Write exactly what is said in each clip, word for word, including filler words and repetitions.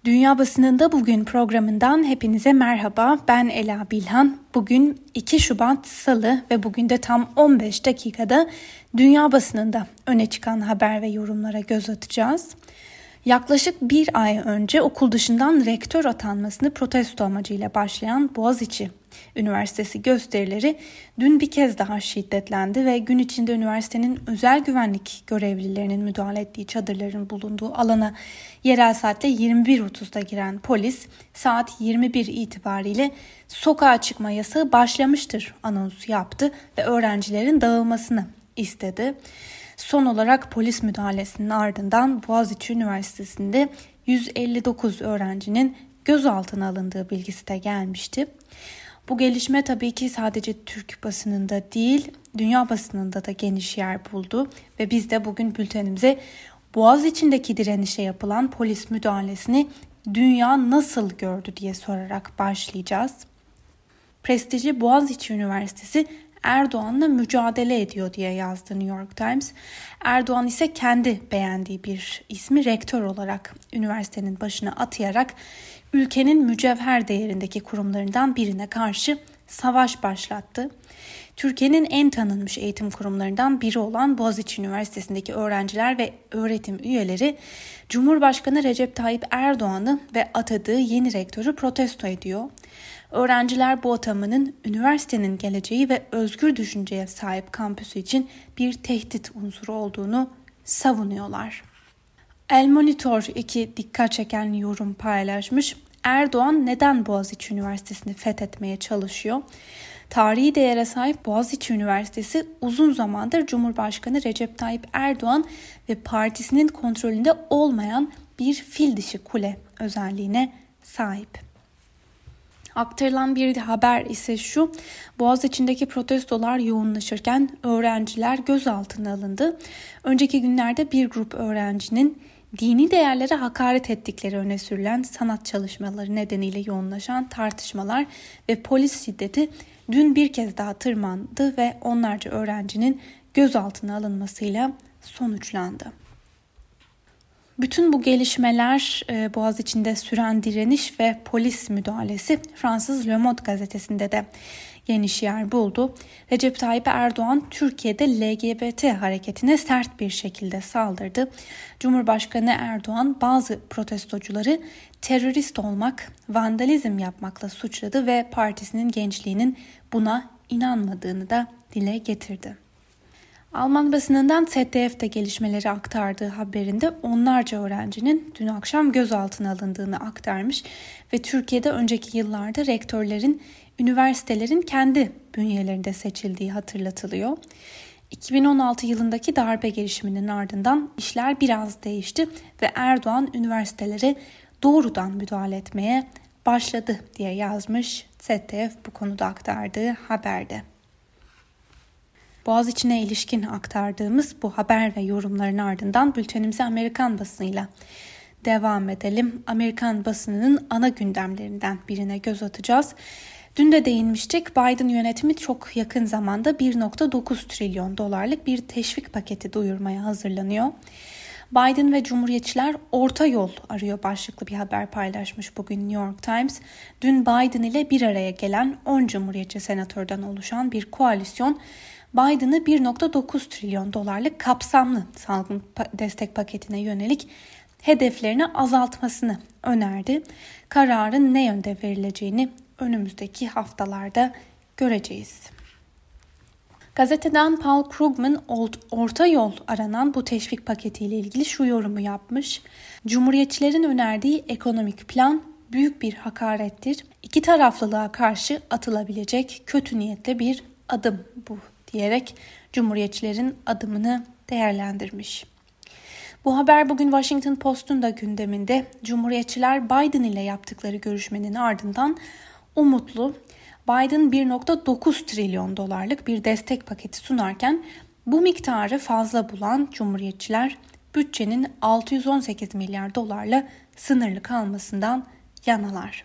Dünya Basınında Bugün programından hepinize merhaba. Ben Ela Bilhan. Bugün iki Şubat Salı ve bugün de tam on beş dakikada dünya basınında öne çıkan haber ve yorumlara göz atacağız. Yaklaşık bir ay önce okul dışından rektör atanmasını protesto amacıyla başlayan Boğaziçi Üniversitesi gösterileri dün bir kez daha şiddetlendi ve gün içinde üniversitenin özel güvenlik görevlilerinin müdahale ettiği çadırların bulunduğu alana yerel saatte yirmi bir otuzda giren polis saat yirmi bir itibariyle sokağa çıkma yasağı başlamıştır anonsu yaptı ve öğrencilerin dağılmasını istedi. Son olarak polis müdahalesinin ardından Boğaziçi Üniversitesi'nde yüz elli dokuz öğrencinin gözaltına alındığı bilgisi de gelmişti. Bu gelişme tabii ki sadece Türk basınında değil, dünya basınında da geniş yer buldu ve biz de bugün bültenimize Boğaziçi'ndeki direnişe yapılan polis müdahalesini dünya nasıl gördü diye sorarak başlayacağız. Prestijli Boğaziçi Üniversitesi Erdoğan'la mücadele ediyor diye yazdı New York Times. Erdoğan ise kendi beğendiği bir ismi rektör olarak üniversitenin başına atayarak ülkenin mücevher değerindeki kurumlarından birine karşı savaş başlattı. Türkiye'nin en tanınmış eğitim kurumlarından biri olan Boğaziçi Üniversitesi'ndeki öğrenciler ve öğretim üyeleri Cumhurbaşkanı Recep Tayyip Erdoğan'ı ve atadığı yeni rektörü protesto ediyor. Öğrenciler bu atamanın üniversitenin geleceği ve özgür düşünceye sahip kampüsü için bir tehdit unsuru olduğunu savunuyorlar. El Monitor iki dikkat çeken yorum paylaşmış. Erdoğan neden Boğaziçi Üniversitesi'ni fethetmeye çalışıyor? Tarihi değere sahip Boğaziçi Üniversitesi uzun zamandır Cumhurbaşkanı Recep Tayyip Erdoğan ve partisinin kontrolünde olmayan bir fil dişi kule özelliğine sahip. Aktarılan bir haber ise şu: Boğaziçi'ndeki protestolar yoğunlaşırken öğrenciler gözaltına alındı. Önceki günlerde bir grup öğrencinin dini değerlere hakaret ettikleri öne sürülen sanat çalışmaları nedeniyle yoğunlaşan tartışmalar ve polis şiddeti dün bir kez daha tırmandı ve onlarca öğrencinin gözaltına alınmasıyla sonuçlandı. Bütün bu gelişmeler, Boğaziçi'nde süren direniş ve polis müdahalesi Fransız Le Monde gazetesinde de geniş yer buldu. Recep Tayyip Erdoğan Türkiye'de L G B T hareketine sert bir şekilde saldırdı. Cumhurbaşkanı Erdoğan bazı protestocuları terörist olmak, vandalizm yapmakla suçladı ve partisinin gençliğinin buna inanmadığını da dile getirdi. Alman basınından Z D F'de gelişmeleri aktardığı haberinde onlarca öğrencinin dün akşam gözaltına alındığını aktarmış ve Türkiye'de önceki yıllarda rektörlerin üniversitelerin kendi bünyelerinde seçildiği hatırlatılıyor. iki bin on altı yılındaki darbe girişiminin ardından işler biraz değişti ve Erdoğan üniversitelere doğrudan müdahale etmeye başladı diye yazmış Z D F bu konuda aktardığı haberde. Boğaziçi'ne ilişkin aktardığımız bu haber ve yorumların ardından bültenimize Amerikan basınıyla devam edelim. Amerikan basınının ana gündemlerinden birine göz atacağız. Dün de değinmiştik, Biden yönetimi çok yakın zamanda bir virgül dokuz trilyon dolarlık bir teşvik paketi duyurmaya hazırlanıyor. Biden ve Cumhuriyetçiler orta yol arıyor başlıklı bir haber paylaşmış bugün New York Times. Dün Biden ile bir araya gelen on Cumhuriyetçi senatörden oluşan bir koalisyon Biden'ı bir virgül dokuz trilyon dolarlık kapsamlı salgın destek paketine yönelik hedeflerini azaltmasını önerdi. Kararın ne yönde verileceğini önümüzdeki haftalarda göreceğiz. Gazeteden Paul Krugman orta yol aranan bu teşvik paketiyle ilgili şu yorumu yapmış. Cumhuriyetçilerin önerdiği ekonomik plan büyük bir hakarettir. İki taraflılığa karşı atılabilecek kötü niyetli bir adım bu diyerek Cumhuriyetçilerin adımını değerlendirmiş. Bu haber bugün Washington Post'un da gündeminde. Cumhuriyetçiler Biden ile yaptıkları görüşmenin ardından umutlu. Biden bir virgül dokuz trilyon dolarlık bir destek paketi sunarken bu miktarı fazla bulan Cumhuriyetçiler bütçenin altı yüz on sekiz milyar dolarla sınırlı kalmasından yanalar.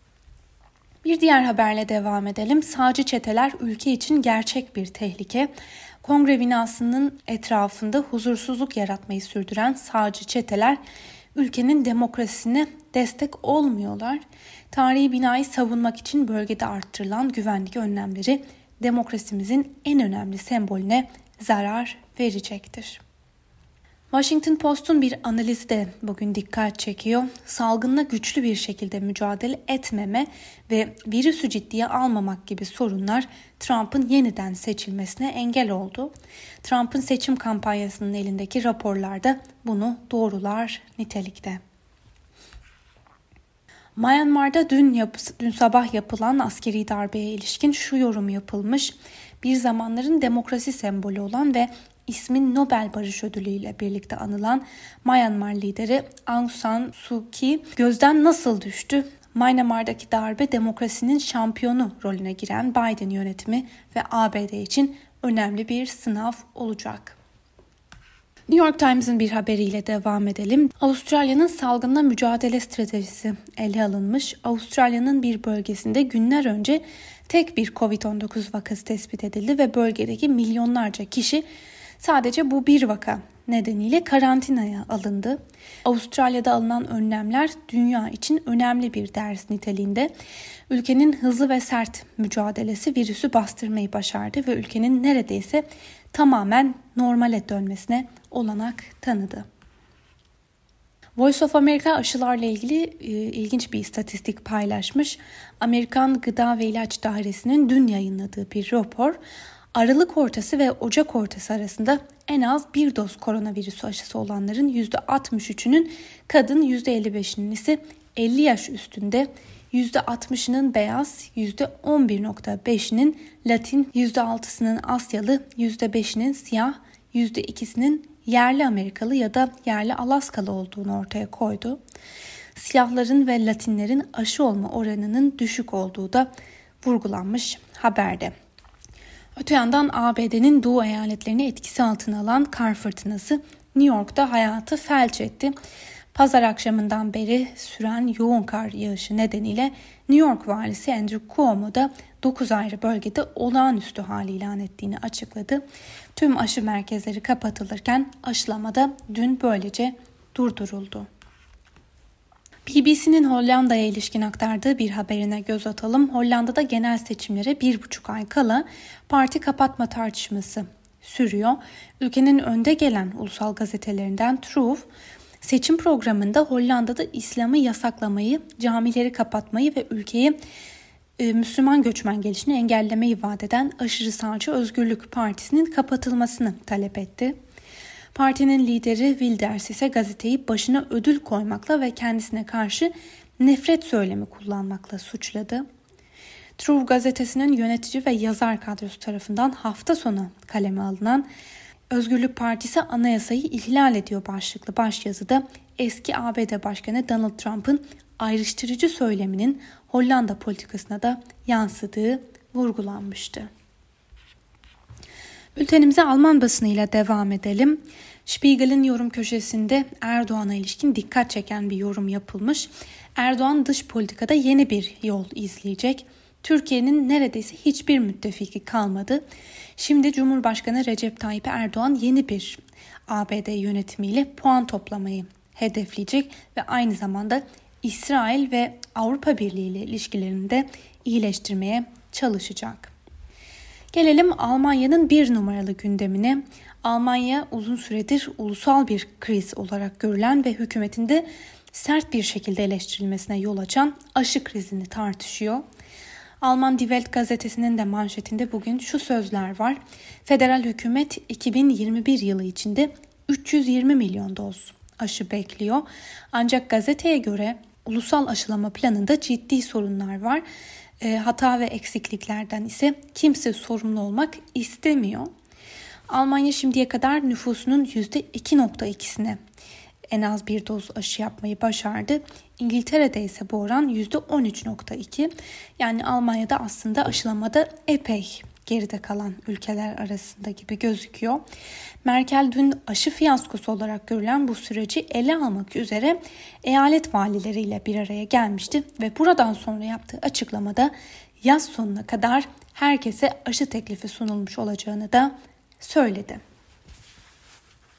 Bir diğer haberle devam edelim. Sağcı çeteler ülke için gerçek bir tehlike. Kongre binasının etrafında huzursuzluk yaratmayı sürdüren sağcı çeteler ülkenin demokrasisine destek olmuyorlar. Tarihi binayı savunmak için bölgede arttırılan güvenlik önlemleri demokrasimizin en önemli sembolüne zarar verecektir. Washington Post'un bir analizi de bugün dikkat çekiyor. Salgınla güçlü bir şekilde mücadele etmeme ve virüsü ciddiye almamak gibi sorunlar Trump'ın yeniden seçilmesine engel oldu. Trump'ın seçim kampanyasının elindeki raporlarda bunu doğrular nitelikte. Myanmar'da dün, yap- dün sabah yapılan askeri darbeye ilişkin şu yorum yapılmış. Bir zamanların demokrasi sembolü olan ve ismin Nobel Barış Ödülü ile birlikte anılan Myanmar lideri Aung San Suu Kyi gözden nasıl düştü? Myanmar'daki darbe demokrasinin şampiyonu rolüne giren Biden yönetimi ve A B D için önemli bir sınav olacak. New York Times'ın bir haberiyle devam edelim. Avustralya'nın salgınla mücadele stratejisi ele alınmış. Avustralya'nın bir bölgesinde günler önce tek bir kovid on dokuz vakası tespit edildi ve bölgedeki milyonlarca kişi sadece bu bir vaka nedeniyle karantinaya alındı. Avustralya'da alınan önlemler dünya için önemli bir ders niteliğinde. Ülkenin hızlı ve sert mücadelesi virüsü bastırmayı başardı ve ülkenin neredeyse tamamen normale dönmesine olanak tanıdı. Voice of America aşılarla ilgili e, ilginç bir istatistik paylaşmış. Amerikan Gıda ve İlaç Dairesi'nin dün yayınladığı bir rapor, Aralık ortası ve Ocak ortası arasında en az bir doz koronavirüsü aşısı olanların yüzde altmış üçünün kadın, yüzde elli beşinin ise elli yaş üstünde, yüzde altmışının beyaz, yüzde on bir virgül beşinin Latin, yüzde altısının Asyalı, yüzde beşinin siyah, yüzde ikisinin yerli Amerikalı ya da yerli Alaskalı olduğunu ortaya koydu. Siyahların ve Latinlerin aşı olma oranının düşük olduğu da vurgulanmış haberde. Öte yandan A B D'nin doğu eyaletlerini etkisi altına alan kar fırtınası New York'ta hayatı felç etti. Pazar akşamından beri süren yoğun kar yağışı nedeniyle New York valisi Andrew Cuomo da dokuz ayrı bölgede olağanüstü hali ilan ettiğini açıkladı. Tüm aşı merkezleri kapatılırken aşılama da dün böylece durduruldu. B B C'nin Hollanda'ya ilişkin aktardığı bir haberine göz atalım. Hollanda'da genel seçimlere bir buçuk ay kala parti kapatma tartışması sürüyor. Ülkenin önde gelen ulusal gazetelerinden Trouw, seçim programında Hollanda'da İslam'ı yasaklamayı, camileri kapatmayı ve ülkeyi e, Müslüman göçmen gelişini engellemeyi vaat eden aşırı sağcı Özgürlük Partisi'nin kapatılmasını talep etti. Partinin lideri Wilders ise gazeteyi başına ödül koymakla ve kendisine karşı nefret söylemi kullanmakla suçladı. Trouw gazetesinin yönetici ve yazar kadrosu tarafından hafta sonu kaleme alınan Özgürlük Partisi anayasayı ihlal ediyor başlıklı başyazıda eski A B D Başkanı Donald Trump'ın ayrıştırıcı söyleminin Hollanda politikasına da yansıdığı vurgulanmıştı. Bültenimize Alman basınıyla devam edelim. Spiegel'in yorum köşesinde Erdoğan'a ilişkin dikkat çeken bir yorum yapılmış. Erdoğan dış politikada yeni bir yol izleyecek. Türkiye'nin neredeyse hiçbir müttefiki kalmadı. Şimdi Cumhurbaşkanı Recep Tayyip Erdoğan yeni bir A B D yönetimiyle puan toplamayı hedefleyecek ve aynı zamanda İsrail ve Avrupa Birliği ile ilişkilerini de iyileştirmeye çalışacak. Gelelim Almanya'nın bir numaralı gündemine. Almanya uzun süredir ulusal bir kriz olarak görülen ve hükümetinde sert bir şekilde eleştirilmesine yol açan aşı krizini tartışıyor. Alman Die Welt gazetesinin de manşetinde bugün şu sözler var. Federal hükümet iki bin yirmi bir yılı içinde üç yüz yirmi milyon doz aşı bekliyor. Ancak gazeteye göre ulusal aşılama planında ciddi sorunlar var. E, hata ve eksikliklerden ise kimse sorumlu olmak istemiyor. Almanya şimdiye kadar nüfusunun yüzde iki virgül ikisine en az bir doz aşı yapmayı başardı. İngiltere'de ise bu oran yüzde on üç virgül iki. Yani Almanya'da aslında aşılamada epey geride kalan ülkeler arasında gibi gözüküyor. Merkel dün aşı fiyaskosu olarak görülen bu süreci ele almak üzere eyalet valileriyle bir araya gelmişti ve buradan sonra yaptığı açıklamada yaz sonuna kadar herkese aşı teklifi sunulmuş olacağını da söyledi.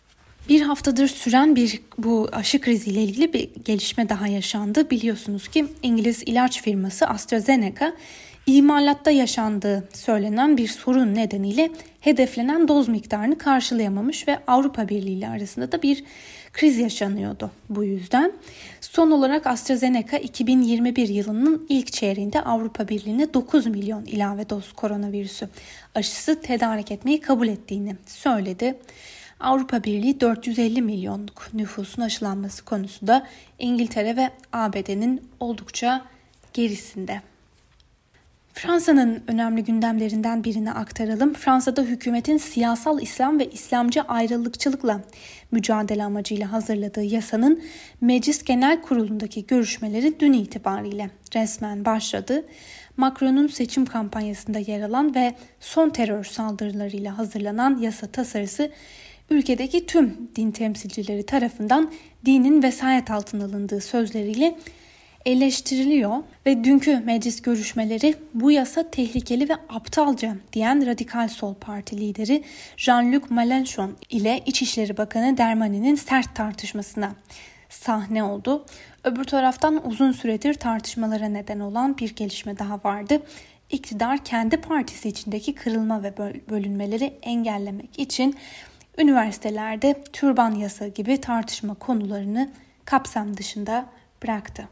Bir haftadır süren bir bu aşı kriziyle ilgili bir gelişme daha yaşandı. Biliyorsunuz ki İngiliz ilaç firması AstraZeneca imalatta yaşandığı söylenen bir sorun nedeniyle hedeflenen doz miktarını karşılayamamış ve Avrupa Birliği ile arasında da bir kriz yaşanıyordu bu yüzden. Son olarak AstraZeneca iki bin yirmi bir yılının ilk çeyreğinde Avrupa Birliği'ne dokuz milyon ilave doz koronavirüsü aşısı tedarik etmeyi kabul ettiğini söyledi. Avrupa Birliği dört yüz elli milyonluk nüfusun aşılanması konusunda İngiltere ve A B D'nin oldukça gerisinde. Fransa'nın önemli gündemlerinden birini aktaralım. Fransa'da hükümetin siyasal İslam ve İslamcı ayrılıkçılıkla mücadele amacıyla hazırladığı yasanın Meclis Genel Kurulu'ndaki görüşmeleri dün itibariyle resmen başladı. Macron'un seçim kampanyasında yer alan ve son terör saldırılarıyla hazırlanan yasa tasarısı ülkedeki tüm din temsilcileri tarafından dinin vesayet altına alındığı sözleriyle eleştiriliyor ve dünkü meclis görüşmeleri bu yasa tehlikeli ve aptalca diyen Radikal Sol Parti lideri Jean-Luc Mélenchon ile İçişleri Bakanı Darmanin'in sert tartışmasına sahne oldu. Öbür taraftan uzun süredir tartışmalara neden olan bir gelişme daha vardı. İktidar kendi partisi içindeki kırılma ve bölünmeleri engellemek için üniversitelerde türban yasağı gibi tartışma konularını kapsam dışında bıraktı.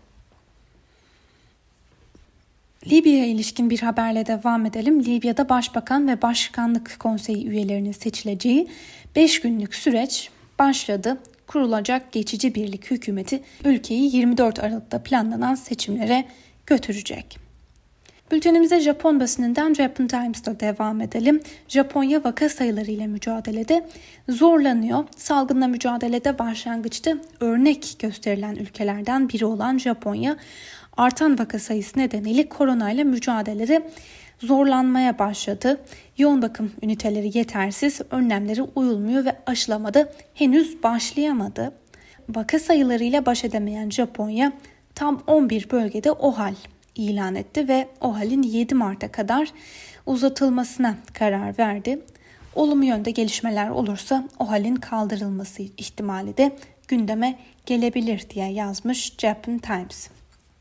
Libya'ya ilişkin bir haberle devam edelim. Libya'da Başbakan ve Başkanlık Konseyi üyelerinin seçileceği beş günlük süreç başladı. Kurulacak geçici birlik hükümeti ülkeyi yirmi dört Aralık'ta planlanan seçimlere götürecek. Bültenimize Japon basınından Japan Times'ta devam edelim. Japonya vaka sayılarıyla mücadelede zorlanıyor. Salgınla mücadelede başlangıçta örnek gösterilen ülkelerden biri olan Japonya, artan vaka sayısı nedeniyle koronayla mücadelede zorlanmaya başladı. Yoğun bakım üniteleri yetersiz, önlemlere uyulmuyor ve aşılamada henüz başlayamadı. Vaka sayılarıyla baş edemeyen Japonya tam on bir bölgede OHAL ilan etti ve OHAL'in yedi Mart'a kadar uzatılmasına karar verdi. Olumlu yönde gelişmeler olursa OHAL'in kaldırılması ihtimali de gündeme gelebilir diye yazmış Japan Times.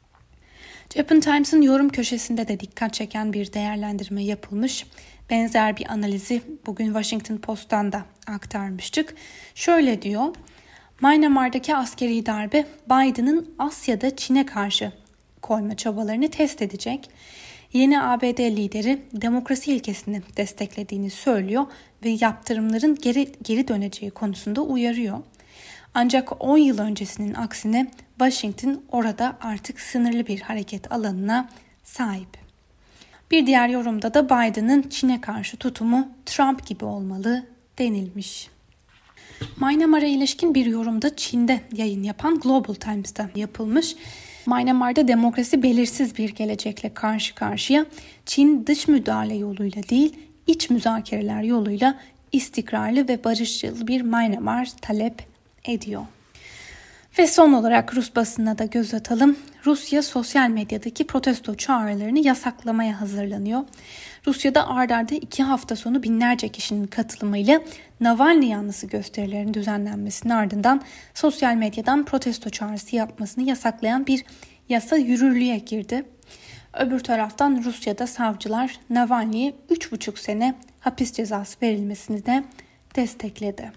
Japan Times'ın yorum köşesinde de dikkat çeken bir değerlendirme yapılmış. Benzer bir analizi bugün Washington Post'tan da aktarmıştık. Şöyle diyor: Myanmar'daki askeri darbe Biden'ın Asya'da Çin'e karşı koyma çabalarını test edecek. Yeni A B D lideri demokrasi ilkesini desteklediğini söylüyor ve yaptırımların geri, geri döneceği konusunda uyarıyor. Ancak on yıl öncesinin aksine Washington orada artık sınırlı bir hareket alanına sahip. Bir diğer yorumda da Biden'ın Çin'e karşı tutumu Trump gibi olmalı denilmiş. Myanmar'a ilişkin bir yorumda Çin'de yayın yapan Global Times'ta yapılmış. Myanmar'da demokrasi belirsiz bir gelecekle karşı karşıya. Çin dış müdahale yoluyla değil, iç müzakereler yoluyla istikrarlı ve barışçıl bir Myanmar talep ediyor. Ve son olarak Rus basınına da göz atalım. Rusya sosyal medyadaki protesto çağrılarını yasaklamaya hazırlanıyor. Rusya'da ard arda iki hafta sonu binlerce kişinin katılımıyla Navalny yanlısı gösterilerin düzenlenmesinin ardından sosyal medyadan protesto çağrısı yapmasını yasaklayan bir yasa yürürlüğe girdi. Öbür taraftan Rusya'da savcılar Navalny'ye üç buçuk sene hapis cezası verilmesini de destekledi.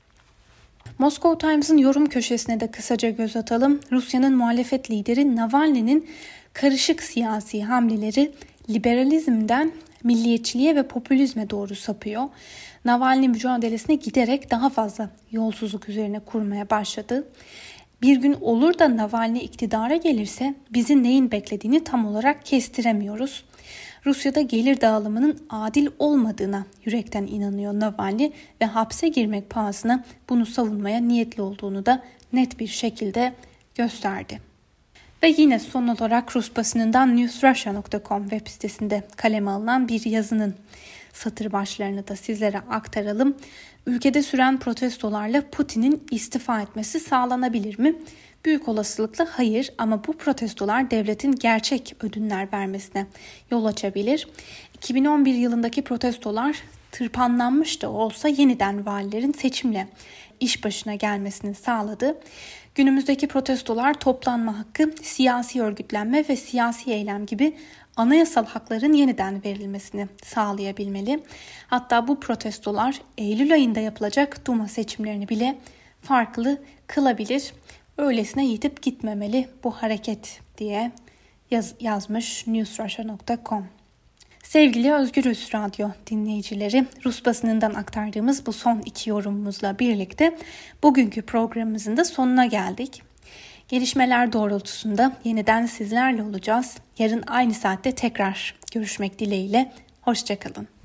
Moscow Times'ın yorum köşesine de kısaca göz atalım. Rusya'nın muhalefet lideri Navalny'nin karışık siyasi hamleleri liberalizmden milliyetçiliğe ve popülizme doğru sapıyor. Navalny mücadelesine giderek daha fazla yolsuzluk üzerine kurmaya başladı. Bir gün olur da Navalny iktidara gelirse bizi neyin beklediğini tam olarak kestiremiyoruz. Rusya'da gelir dağılımının adil olmadığına yürekten inanıyor Navalny ve hapse girmek pahasına bunu savunmaya niyetli olduğunu da net bir şekilde gösterdi. Ve yine son olarak Rus basınından news russia nokta com web sitesinde kaleme alınan bir yazının satır başlarını da sizlere aktaralım. Ülkede süren protestolarla Putin'in istifa etmesi sağlanabilir mi? Büyük olasılıkla hayır, ama bu protestolar devletin gerçek ödünler vermesine yol açabilir. iki bin on bir yılındaki protestolar tırpanlanmış da olsa yeniden valilerin seçimle iş başına gelmesini sağladı. Günümüzdeki protestolar toplanma hakkı, siyasi örgütlenme ve siyasi eylem gibi anayasal hakların yeniden verilmesini sağlayabilmeli. Hatta bu protestolar Eylül ayında yapılacak Duma seçimlerini bile farklı kılabilir. Öylesine yitip gitmemeli bu hareket diye yaz, yazmış news russia nokta com. Sevgili Özgürüz Radyo dinleyicileri, Rus basınından aktardığımız bu son iki yorumumuzla birlikte bugünkü programımızın da sonuna geldik. Gelişmeler doğrultusunda yeniden sizlerle olacağız. Yarın aynı saatte tekrar görüşmek dileğiyle. Hoşça kalın.